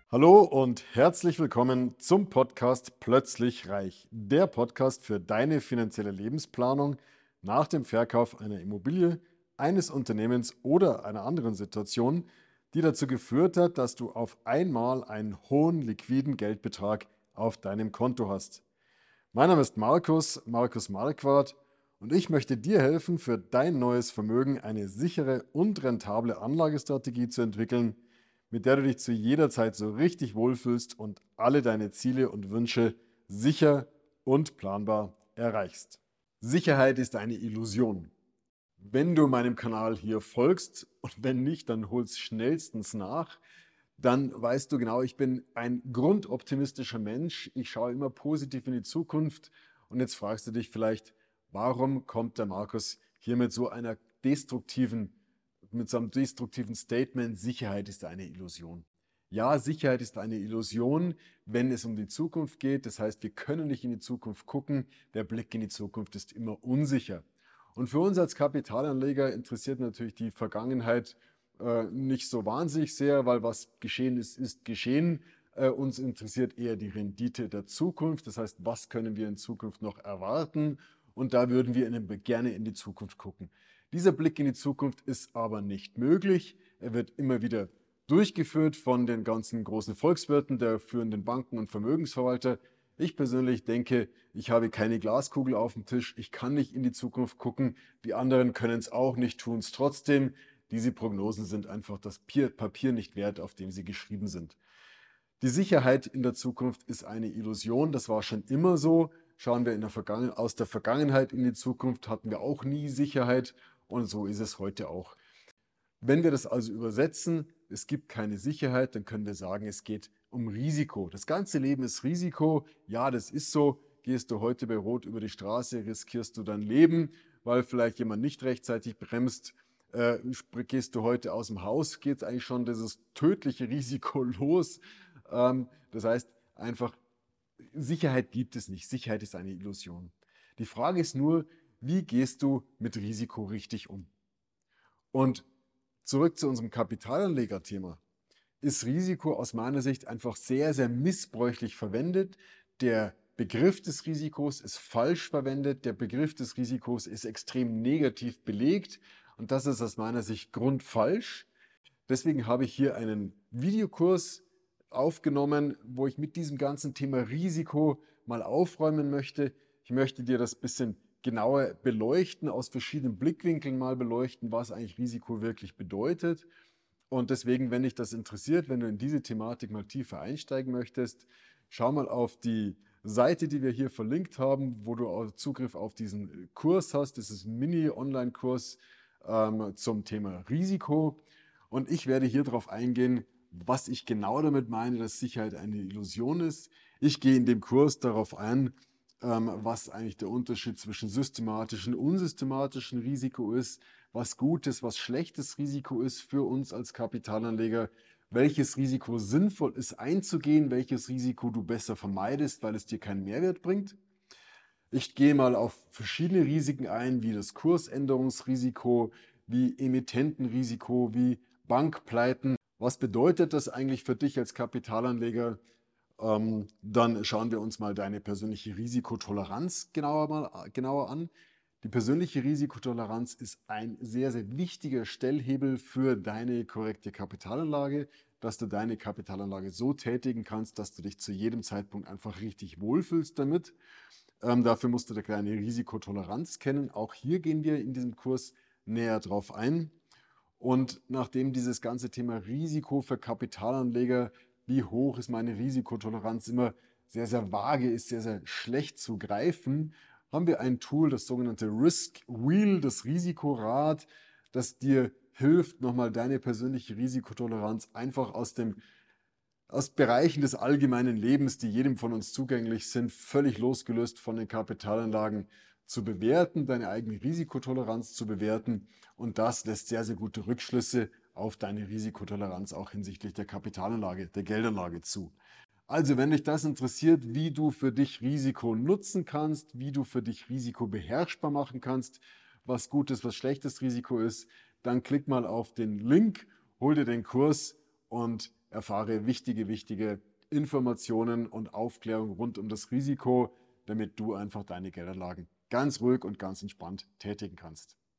Hallo und herzlich willkommen zum Podcast Plötzlich Reich, der Podcast für deine finanzielle Lebensplanung nach dem Verkauf einer Immobilie, eines Unternehmens oder einer anderen Situation, die dazu geführt hat, dass du auf einmal einen hohen liquiden Geldbetrag auf deinem Konto hast. Mein Name ist Markus Marquardt, und ich möchte dir helfen, für dein neues Vermögen eine sichere und rentable Anlagestrategie zu entwickeln, mit der du dich zu jeder Zeit so richtig wohlfühlst und alle deine Ziele und Wünsche sicher und planbar erreichst. Sicherheit ist eine Illusion. Wenn du meinem Kanal hier folgst und wenn nicht, dann hol's schnellstens nach. Dann weißt du genau, ich bin ein grundoptimistischer Mensch. Ich schaue immer positiv in die Zukunft. Und jetzt fragst du dich vielleicht, warum kommt der Markus hier mit so einem destruktiven Statement, Sicherheit ist eine Illusion. Ja, Sicherheit ist eine Illusion, wenn es um die Zukunft geht. Das heißt, wir können nicht in die Zukunft gucken. Der Blick in die Zukunft ist immer unsicher. Und für uns als Kapitalanleger interessiert natürlich die Vergangenheit nicht so wahnsinnig sehr, weil was geschehen ist, ist geschehen. Uns interessiert eher die Rendite der Zukunft. Das heißt, was können wir in Zukunft noch erwarten? Und da würden wir gerne in die Zukunft gucken. Dieser Blick in die Zukunft ist aber nicht möglich. Er wird immer wieder durchgeführt von den ganzen großen Volkswirten, der führenden Banken und Vermögensverwalter. Ich persönlich denke, ich habe keine Glaskugel auf dem Tisch. Ich kann nicht in die Zukunft gucken. Die anderen können es auch nicht, tun es trotzdem. Diese Prognosen sind einfach das Papier nicht wert, auf dem sie geschrieben sind. Die Sicherheit in der Zukunft ist eine Illusion. Das war schon immer so. Schauen wir aus der Vergangenheit in die Zukunft, hatten wir auch nie Sicherheit. Und so ist es heute auch. Wenn wir das also übersetzen, es gibt keine Sicherheit, dann können wir sagen, es geht um Risiko. Das ganze Leben ist Risiko. Ja, das ist so. Gehst du heute bei Rot über die Straße, riskierst du dein Leben, weil vielleicht jemand nicht rechtzeitig bremst. Gehst du heute aus dem Haus, geht eigentlich schon dieses tödliche Risiko los. Das heißt einfach, Sicherheit gibt es nicht. Sicherheit ist eine Illusion. Die Frage ist nur, wie gehst du mit Risiko richtig um? Und zurück zu unserem Kapitalanlegerthema. Ist Risiko aus meiner Sicht einfach sehr, sehr missbräuchlich verwendet. Der Begriff des Risikos ist falsch verwendet. Der Begriff des Risikos ist extrem negativ belegt. Und das ist aus meiner Sicht grundfalsch. Deswegen habe ich hier einen Videokurs aufgenommen, wo ich mit diesem ganzen Thema Risiko mal aufräumen möchte. Ich möchte dir das ein bisschen genauer beleuchten, aus verschiedenen Blickwinkeln mal beleuchten, was eigentlich Risiko wirklich bedeutet. Und deswegen, wenn dich das interessiert, wenn du in diese Thematik mal tiefer einsteigen möchtest, schau mal auf die Seite, die wir hier verlinkt haben, wo du auch Zugriff auf diesen Kurs hast. Das ist ein Mini-Online-Kurs zum Thema Risiko. Und ich werde hier darauf eingehen, was ich genau damit meine, dass Sicherheit eine Illusion ist. Ich gehe in dem Kurs darauf ein, was eigentlich der Unterschied zwischen systematischem und unsystematischem Risiko ist, was gutes, was schlechtes Risiko ist für uns als Kapitalanleger, welches Risiko sinnvoll ist einzugehen, welches Risiko du besser vermeidest, weil es dir keinen Mehrwert bringt. Ich gehe mal auf verschiedene Risiken ein, wie das Kursänderungsrisiko, wie Emittentenrisiko, wie Bankpleiten. Was bedeutet das eigentlich für dich als Kapitalanleger? Dann schauen wir uns mal deine persönliche Risikotoleranz genauer an. Die persönliche Risikotoleranz ist ein sehr, sehr wichtiger Stellhebel für deine korrekte Kapitalanlage, dass du deine Kapitalanlage so tätigen kannst, dass du dich zu jedem Zeitpunkt einfach richtig wohlfühlst damit. Dafür musst du eine kleine Risikotoleranz kennen. Auch hier gehen wir in diesem Kurs näher drauf ein. Und nachdem dieses ganze Thema Risiko für Kapitalanleger, wie hoch ist meine Risikotoleranz, immer sehr, sehr vage ist, sehr, sehr schlecht zu greifen, haben wir ein Tool, das sogenannte Risk Wheel, das Risikorad, das dir hilft, nochmal deine persönliche Risikotoleranz einfach aus Bereichen des allgemeinen Lebens, die jedem von uns zugänglich sind, völlig losgelöst von den Kapitalanlagen zu bewerten, deine eigene Risikotoleranz zu bewerten. Und das lässt sehr, sehr gute Rückschlüsse auf deine Risikotoleranz auch hinsichtlich der Kapitalanlage, der Geldanlage zu. Also, wenn dich das interessiert, wie du für dich Risiko nutzen kannst, wie du für dich Risiko beherrschbar machen kannst, was gutes, was schlechtes Risiko ist, dann klick mal auf den Link, hol dir den Kurs und erfahre wichtige Informationen und Aufklärung rund um das Risiko, damit du einfach deine Geldanlagen ganz ruhig und ganz entspannt tätigen kannst.